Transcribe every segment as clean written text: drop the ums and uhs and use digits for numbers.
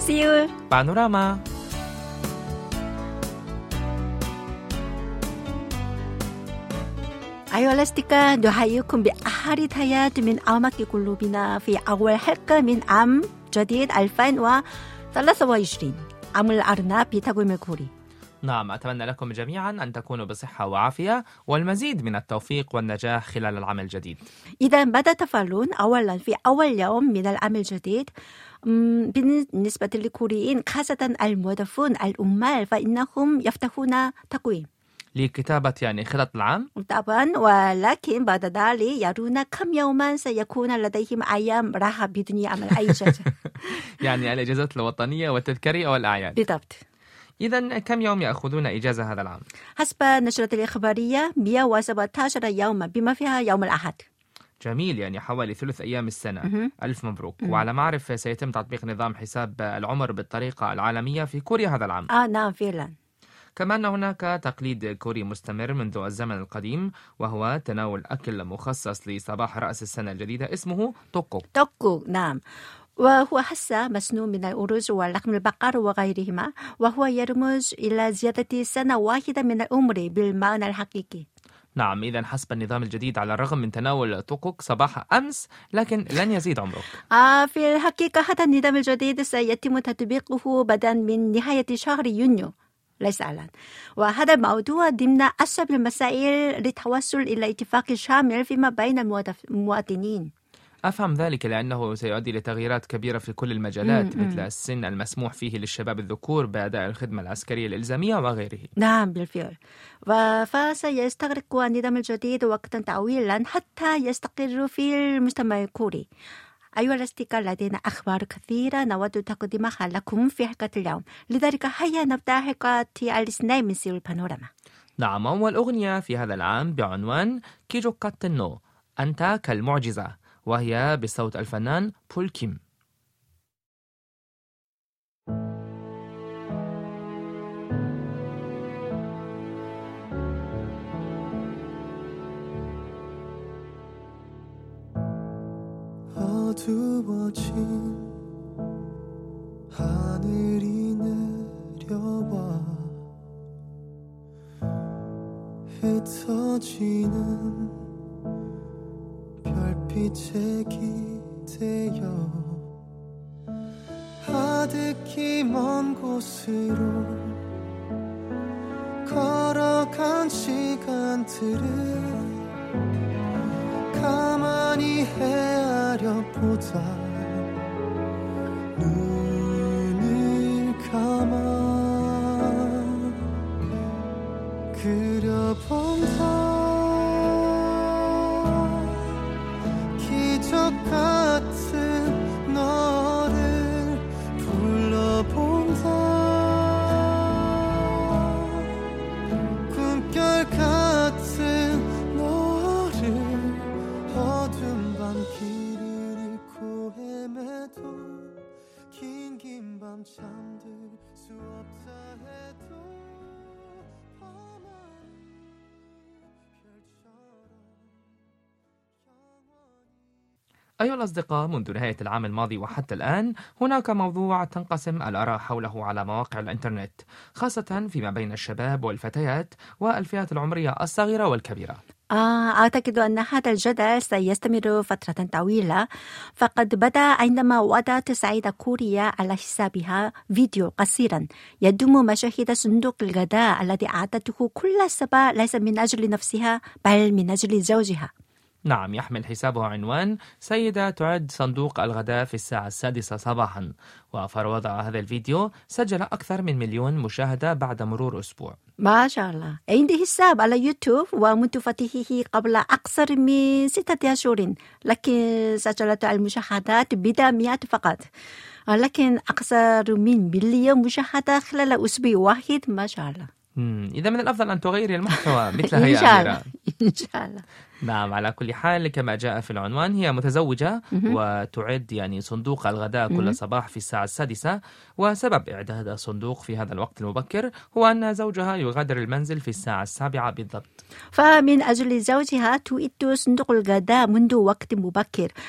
See you. بانوراما. أيها الأصدقاء نحييكم بأحلى تحيات من أعماق قلوبنا في أول حلقة من عام جديد 2023 عام الأرنب بتقويم الكوري. نعم، أتمنى لكم جميعا أن تكونوا بصحة وعافية والمزيد من التوفيق والنجاح خلال العام الجديد. إذا ماذا تفعلون أولا في أول يوم من العام الجديد؟ بالنسبة للكوريين خاصة الموظفون العمال فإنهم يفتحون تقويم لكتابة خطط العام طبعا، ولكن بعد ذلك يرون كم يوما سيكون لديهم أيام راحة بدون عمل أي إجازة. الإجازات الوطنية والتذكارية والأعياد. بالضبط. إذن كم يوم يأخذون إجازة هذا العام؟ حسب النشرة الإخبارية 117 يوما بما فيها يوم الأحد. جميل، حوالي ثلث أيام السنة. ألف مبروك. وعلى ما أعرف سيتم تطبيق نظام حساب العمر بالطريقة العالمية في كوريا هذا العام. نعم فعلا. كما أن هناك تقليد كوري مستمر منذ الزمن القديم، وهو تناول أكل مخصص لصباح رأس السنة الجديدة اسمه توكوك. توكوك نعم، وهو حسا مصنوع من الأرز ولحم البقر وغيرهما، وهو يرمز إلى زيادة سنة واحدة من العمر بالمعنى الحقيقي. نعم، إذن حسب النظام الجديد على الرغم من تناول توكوك صباح أمس لكن لن يزيد عمرك. في الحقيقة هذا النظام الجديد سيتم تطبيقه بدءا من نهاية شهر يونيو ليس الآن، وهذا الموضوع ضمن أصعب المسائل للتوصل إلى اتفاق شامل فيما بين المواطنين. أفهم ذلك لأنه سيؤدي لتغييرات كبيرة في كل المجالات مثل السن المسموح فيه للشباب الذكور بأداء الخدمة العسكرية الإلزامية وغيره. نعم بالفعل، فسيستغرق النظام الجديد وقتا طويلا حتى يستقر في المجتمع الكوري. أيها الأصدقاء، لدينا أخبار كثيرة نود تقديمها لكم في حلقة اليوم، لذلك هيا نبدأ حلقة الاثنين من سيول بانوراما. نعم، والأغنية في هذا العام بعنوان كيجوك كاتنو أنت كالمعجزة، وهي بصوت الفنان بول كيم. 어두워진 하늘이 내려와 흩어지는 별빛에 기대어 아득히 먼 곳으로 걸어간 시간들을 가만히 헤아려 보다 눈을 감아 그려본다 기적 같은 너를 불러본다 꿈결 같은 너를 어두운 밤 길을 잃고 헤매도 긴 밤 잠들 수 없다 해도 أيها الأصدقاء، منذ نهاية العام الماضي وحتى الآن هناك موضوع تنقسم الآراء حوله على مواقع الإنترنت، خاصة فيما بين الشباب والفتيات والفئات العمرية الصغيرة والكبيرة. أعتقد أن هذا الجدل سيستمر فترة طويلة، فقد بدأ عندما وضعت سعيدة كوريا على حسابها فيديو قصيرا يضم مشاهد صندوق الغداء الذي أعدته كل صباح ليس من أجل نفسها بل من أجل زوجها. نعم، يحمل حسابه عنوان سيدة تعد صندوق الغداء في الساعة 6 صباحا، وفروضع هذا الفيديو سجل أكثر من 1,000,000 مشاهدة بعد مرور أسبوع. ما شاء الله. عندي حساب على يوتيوب ومنذ فتحه قبل أكثر من 6 أشهر، لكن سجلت المشاهدات بضع مئات فقط، لكن أكثر من 1,000,000 مشاهدة خلال أسبوع واحد. ما شاء الله. إذا من الأفضل أن تغيري المحتوى مثلها إن يا شاء أميرة. الله. إن شاء الله. نعم، على كل حال كما جاء في العنوان هي متزوجة وتعد صندوق الغداء كل صباح في الساعة 6، وسبب إعداد الصندوق في هذا الوقت المبكر هو أن زوجها يغادر المنزل في الساعة 7 بالضبط. فمن أجل زوجها تعد صندوق الغداء منذ وقت مبكر.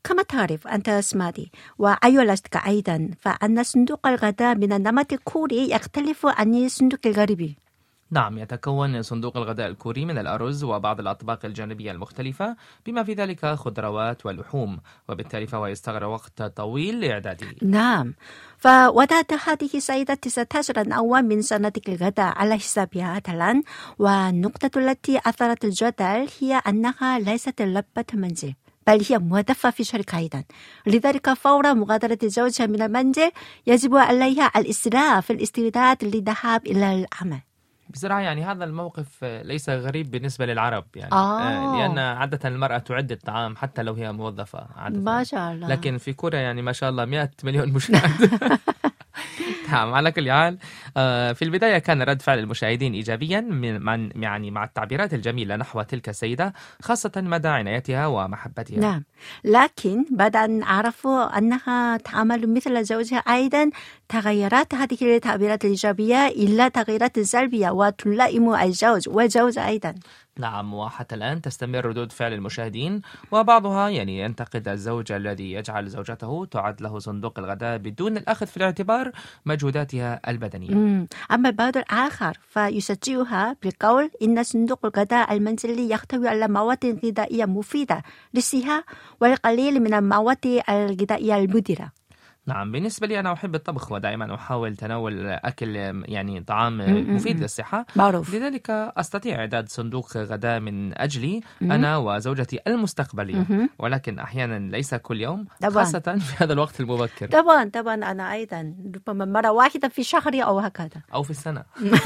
كما تعرف أنت سمادي وأيها الأصدقاء أيضا فأن صندوق الغداء من النمط الكوري يختلف عن الصندوق الغربي. نعم، يتكون صندوق الغداء الكوري من الأرز وبعض الأطباق الجانبية المختلفة بما في ذلك خضروات ولحوم، وبالتالي فهو يستغرق وقت طويل لإعداده. نعم، فوضعت هذه السيدة 19 نوعا من صناديق الغداء على حسابها الآن، والنقطة التي أثارت الجدل هي أنها ليست لبة منزل بل هي موظفة في شركة أيضا. لذلك فور مغادرة زوجها من المنزل يجب عليها الإسراع في الاستعداد للذهاب إلى العمل. بصراحة يعني هذا الموقف ليس غريب بالنسبة للعرب يعني لأن عادة المرأة تعد الطعام حتى لو هي موظفة عادة. ما شاء الله. لكن في كوريا يعني ما شاء الله 100 مليون مشاهد. نعم، على كل حال في البداية كان رد فعل المشاهدين إيجابيا مع التعبيرات الجميلة نحو تلك السيدة، خاصة مدى عنايتها ومحبتها. نعم، لكن بعد أن عرفوا أنها تعمل مثل زوجها أيضا تغيرت هذه التعبيرات الإيجابية إلى تغييرات سلبية وتلائم الزوج والزوجة أيضا. نعم، وحتى الآن تستمر ردود فعل المشاهدين، وبعضها يعني ينتقد الزوج الذي يجعل زوجته تعد له صندوق الغداء بدون الأخذ في الاعتبار مجهوداتها البدنية. أما البعض الآخر فيشجعها بالقول إن صندوق الغداء المنزلي يحتوي على مواد غذائية مفيدة للصحة والقليل من المواد الغذائية المضرة. نعم، بالنسبة لي أنا أحب الطبخ ودائما أحاول تناول أكل يعني طعام مفيد للصحة. معروف. لذلك أستطيع إعداد صندوق غداء من أجلي أنا وزوجتي المستقبلية، ولكن أحيانا ليس كل يوم طبعا. خاصة في هذا الوقت المبكر. طبعا أنا أيضا ربما مرة واحدة في شهر أو هكذا أو في السنة.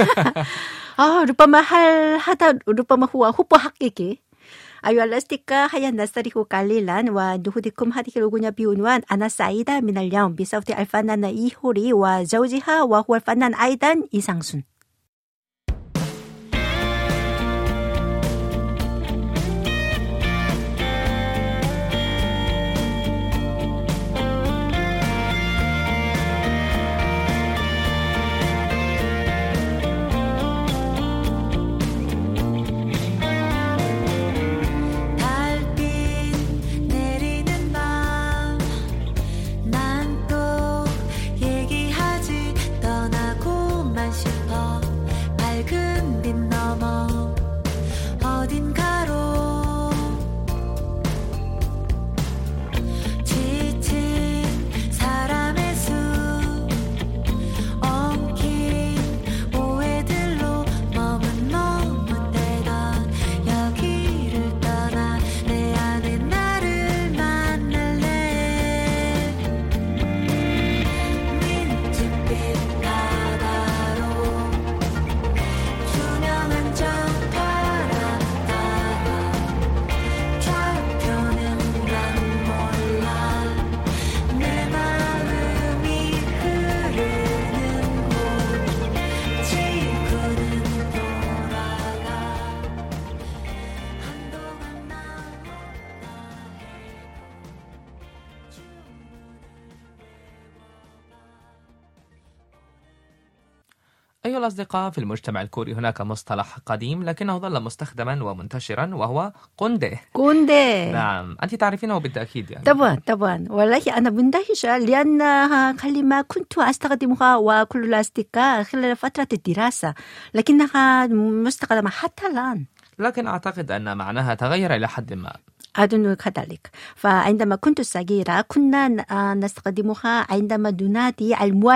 ربما هذا ربما هو حب حقيقي. أيها الأصدقاء، هيا نستريح قليلا ونهديكم هذه الأغنية بعنوان أنا سعيدة من اليوم بصوت الفنانة إيهوري وزوجها وهو الفنان أيضا 이상순. أيها الأصدقاء، في المجتمع الكوري هناك مصطلح قديم لكنه ظل مستخدما ومنتشرا وهو قوندي. قوندي. نعم، أنت تعرفينه بالتأكيد يعني. طبعا والله أنا مندهشة لأنها كلمة كنت أستخدمها وكل الأصدقاء خلال فترة الدراسة، لكنها مستخدمة حتى الآن. لكن أعتقد أن معناها تغير إلى حد ما. أظن كذلك. فعندما كنت صغيرة كنا نستخدمها عندما ننادي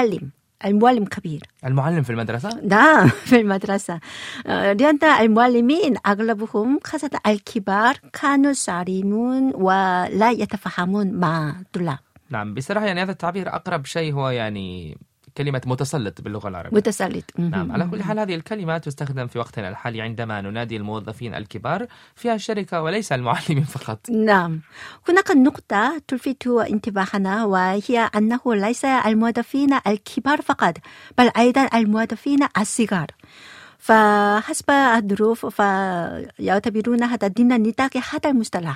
المعلم كبير. المعلم في المدرسة؟ نعم، في المدرسة. لأن المعلمين أغلبهم خاصة الكبار كانوا صارمون ولا يتفهمون مع الطلاب. نعم، بصراحة يعني هذا التعبير أقرب شيء هو يعني كلمة متسلط باللغة العربية. متسلط. نعم، على كل حال هذه الكلمة تستخدم في وقتنا الحالي عندما ننادي الموظفين الكبار في الشركة وليس المعلمين فقط. نعم، هناك نقطة تلفت انتباهنا وهي أنه ليس الموظفين الكبار فقط بل أيضا الموظفين الصغار. فحسب الظروف فيعتبرون هذا ضمن نطاق هذا المصطلح.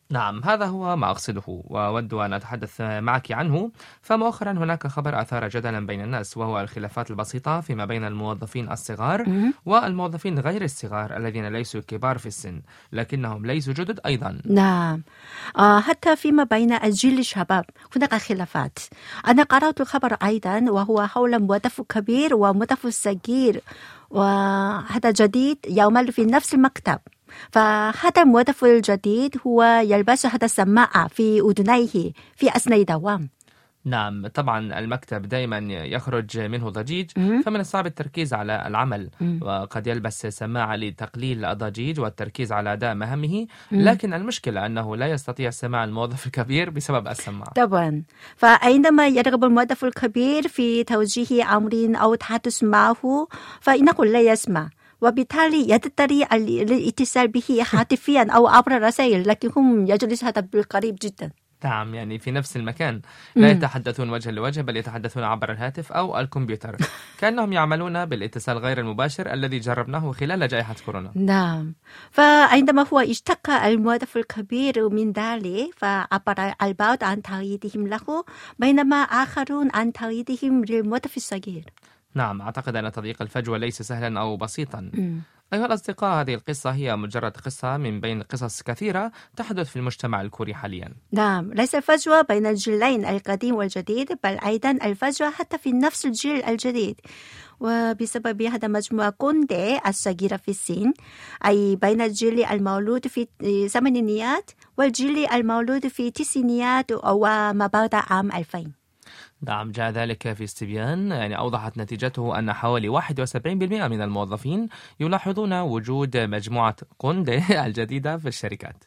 نعم، هذا هو ما أقصده وأود أن أتحدث معك عنه. فمؤخرا هناك خبر أثار جدلا بين الناس، وهو الخلافات البسيطة فيما بين الموظفين الصغار مهم. والموظفين غير الصغار الذين ليسوا كبار في السن لكنهم ليسوا جدد أيضا. نعم. حتى فيما بين الجيل الشباب هناك خلافات. أنا قرأت الخبر أيضا، وهو حول موظف كبير وموظف صغير، وهذا جديد يعمل في نفس المكتب. فهذا الموظف الجديد هو يلبس هذا السماعة في أذنيه في أثناء الدوام. نعم، طبعا المكتب دائما يخرج منه ضجيج، مم. فمن الصعب التركيز على العمل، مم. وقد يلبس سماعة لتقليل الضجيج والتركيز على أداء مهامه. مم. لكن المشكلة أنه لا يستطيع سماع الموظف الكبير بسبب السماعة. طبعا. فعندما يرغب الموظف الكبير في توجيه أمر أو التحدث معه، فإنه لا يسمع، وبالتالي يضطر الاتصال به هاتفيا أو عبر الرسائل، لكن هم يجلس هذا بالقريب جدا. نعم، يعني في نفس المكان لا مم. يتحدثون وجها لوجه، بل يتحدثون عبر الهاتف أو الكمبيوتر، كأنهم يعملون بالاتصال غير المباشر الذي جربناه خلال جائحة كورونا. نعم. فعندما هو اشتكى الموظف الكبير من ذلك، فعبر البعض عن تغييرهم له، بينما آخرون عن تغييرهم للموظف الصغير. نعم، أعتقد أن تضييق الفجوة ليس سهلا أو بسيطا. مم. أيها الأصدقاء، هذه القصة هي مجرد قصة من بين قصص كثيرة تحدث في المجتمع الكوري حاليا. نعم، ليس الفجوة بين الجيلين القديم والجديد، بل أيضا الفجوة حتى في نفس الجيل الجديد، وبسبب هذا مجموعة كوندي الصغيرة في السن، أي بين الجيل المولود في الثمانينيات والجيل المولود في التسعينيات وما بعد عام 2000. نعم، جاء ذلك في استبيان أوضحت نتيجته أن حوالي 71% من الموظفين يلاحظون وجود مجموعة كوندي الجديدة في الشركات.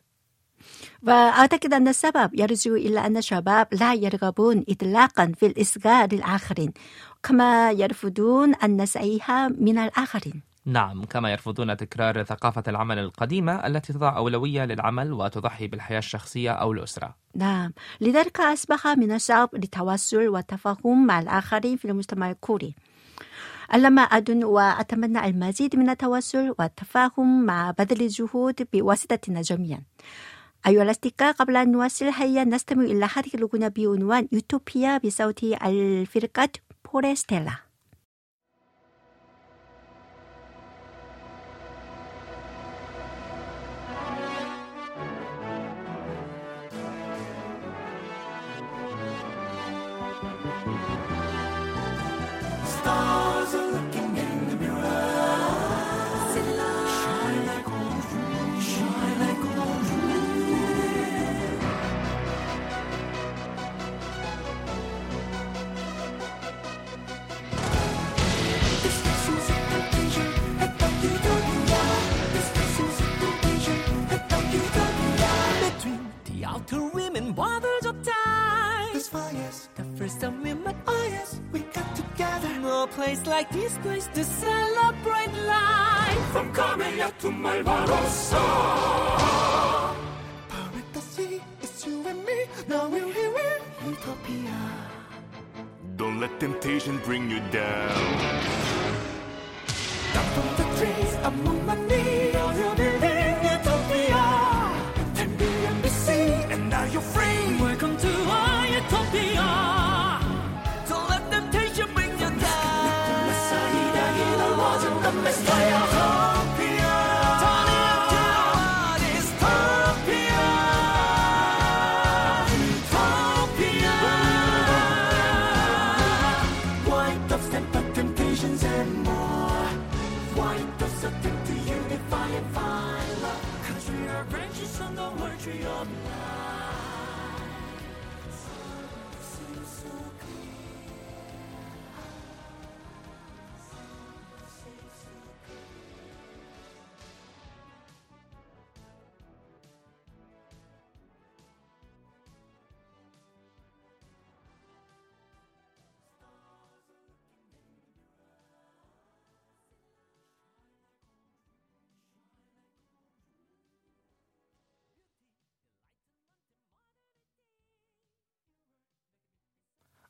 وأعتقد أن السبب يرجع إلى أن الشباب لا يرغبون إطلاقا في الإصغاء للآخرين، كما يرفضون النصيحة من الآخرين. نعم، كما يرفضون تكرار ثقافة العمل القديمة التي تضع أولوية للعمل وتضحي بالحياة الشخصية أو الأسرة. نعم، لذلك أصبح من الصعب للتواصل والتفاهم مع الآخرين في المجتمع الكوري. لما أدن وأتمنى المزيد من التواصل والتفاهم مع بذل الجهود بواسطتنا جميعا. أيها الأصدقاء، قبل أن نواصل هيا نستمع إلى هذه الأغنية بعنوان يوتوبيا بصوت الفرقة فورستيلا. Stars are looking in the mirror. Shine like gold, shine like gold. This is a temptation, a utopia. This is a temptation, a utopia. Between the outer rim and waters of time, this fires. The first time we met, oh yes, we got together. No place like this place to celebrate life. From Carmella to Malvarosa, power at the sea, it's you and me. Now we're here in utopia. Don't let temptation bring you down. Down from the trees, among my knees, you'll be in utopia. And be in the sea, and now you're free. Welcome to our utopia. Don't let temptation bring you down. The Messiah. Utopia. Turn it down. Dystopia. Utopia. White doves temper temptations and more. White doves are tempt to unify and find love. Country our branches on the word tree of life. Seems so clear.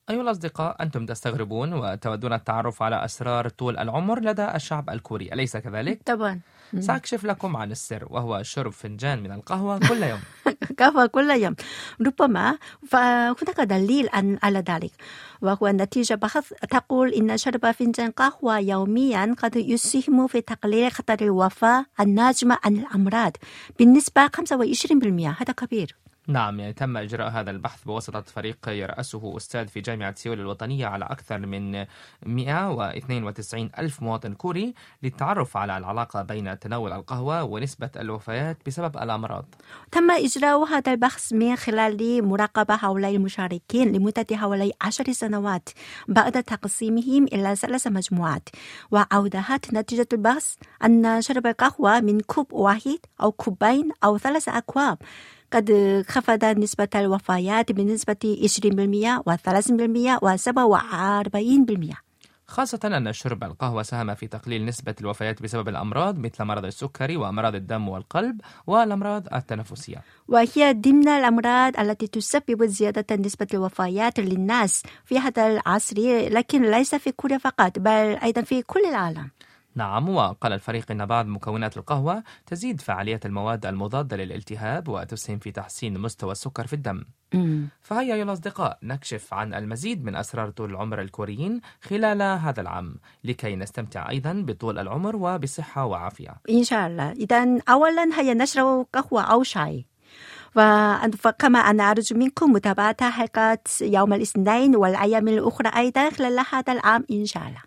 أيها الأصدقاء، أنتم تستغربون وتودون التعرف على أسرار طول العمر لدى الشعب الكوري، أليس كذلك؟ طبعا. سأكشف لكم عن السر، وهو شرب فنجان من القهوة كل يوم. قهوة كل يوم ربما، فهناك دليل على ذلك، وهو نتيجة بحث تقول إن شرب فنجان قهوة يوميا قد يسهم في تقليل خطر الوفاة الناجمة عن الأمراض بنسبة 25%. هذا كبير. نعم، يعني تم إجراء هذا البحث بواسطة فريق يرأسه أستاذ في جامعة سيول الوطنية على أكثر من 192 ألف مواطن كوري للتعرف على العلاقة بين تناول القهوة ونسبة الوفيات بسبب الأمراض. تم إجراء هذا البحث من خلال مراقبة هؤلاء المشاركين لمدة حوالي 10 سنوات بعد تقسيمهم إلى 3 مجموعات، وأوضحت نتيجة البحث أن شرب القهوة من كوب واحد أو كوبين أو 3 أكواب قد خفض نسبة الوفيات بنسبة 20% و30% و47%. خاصة أن شرب القهوة ساهم في تقليل نسبة الوفيات بسبب الأمراض مثل مرض السكري وأمراض الدم والقلب والأمراض التنفسية، وهي ضمن الأمراض التي تسبب زيادة نسبة الوفيات للناس في هذا العصر، لكن ليس في كوريا فقط بل أيضا في كل العالم. نعم، وقال الفريق إن بعض مكونات القهوة تزيد فعالية المواد المضادة للالتهاب وتسهم في تحسين مستوى السكر في الدم. فهيا يا الأصدقاء نكشف عن المزيد من أسرار طول العمر الكوريين خلال هذا العام لكي نستمتع أيضا بطول العمر وبصحة وعافية إن شاء الله. إذن أولا هيا نشرب قهوة أو شاي، وكما أنا أرجو منكم متابعة حلقات يوم الاثنين والأيام الأخرى أيضا خلال هذا العام إن شاء الله.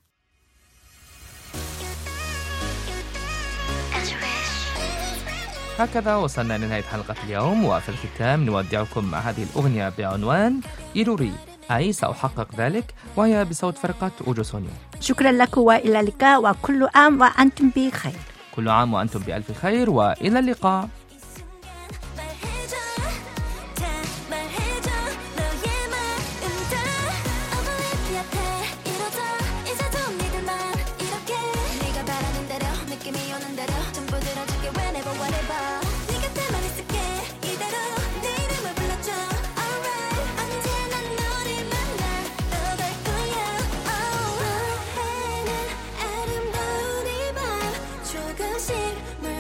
هكذا وصلنا لنهاية حلقة اليوم، وفي الختام نودعكم مع هذه الأغنية بعنوان إيروري، أي سأحقق ذلك، وهي بصوت فرقة أوجوسونيو. شكرا لكم وإلى اللقاء، وكل عام وأنتم بخير. كل عام وأنتم بألف خير، وإلى اللقاء. 조금씩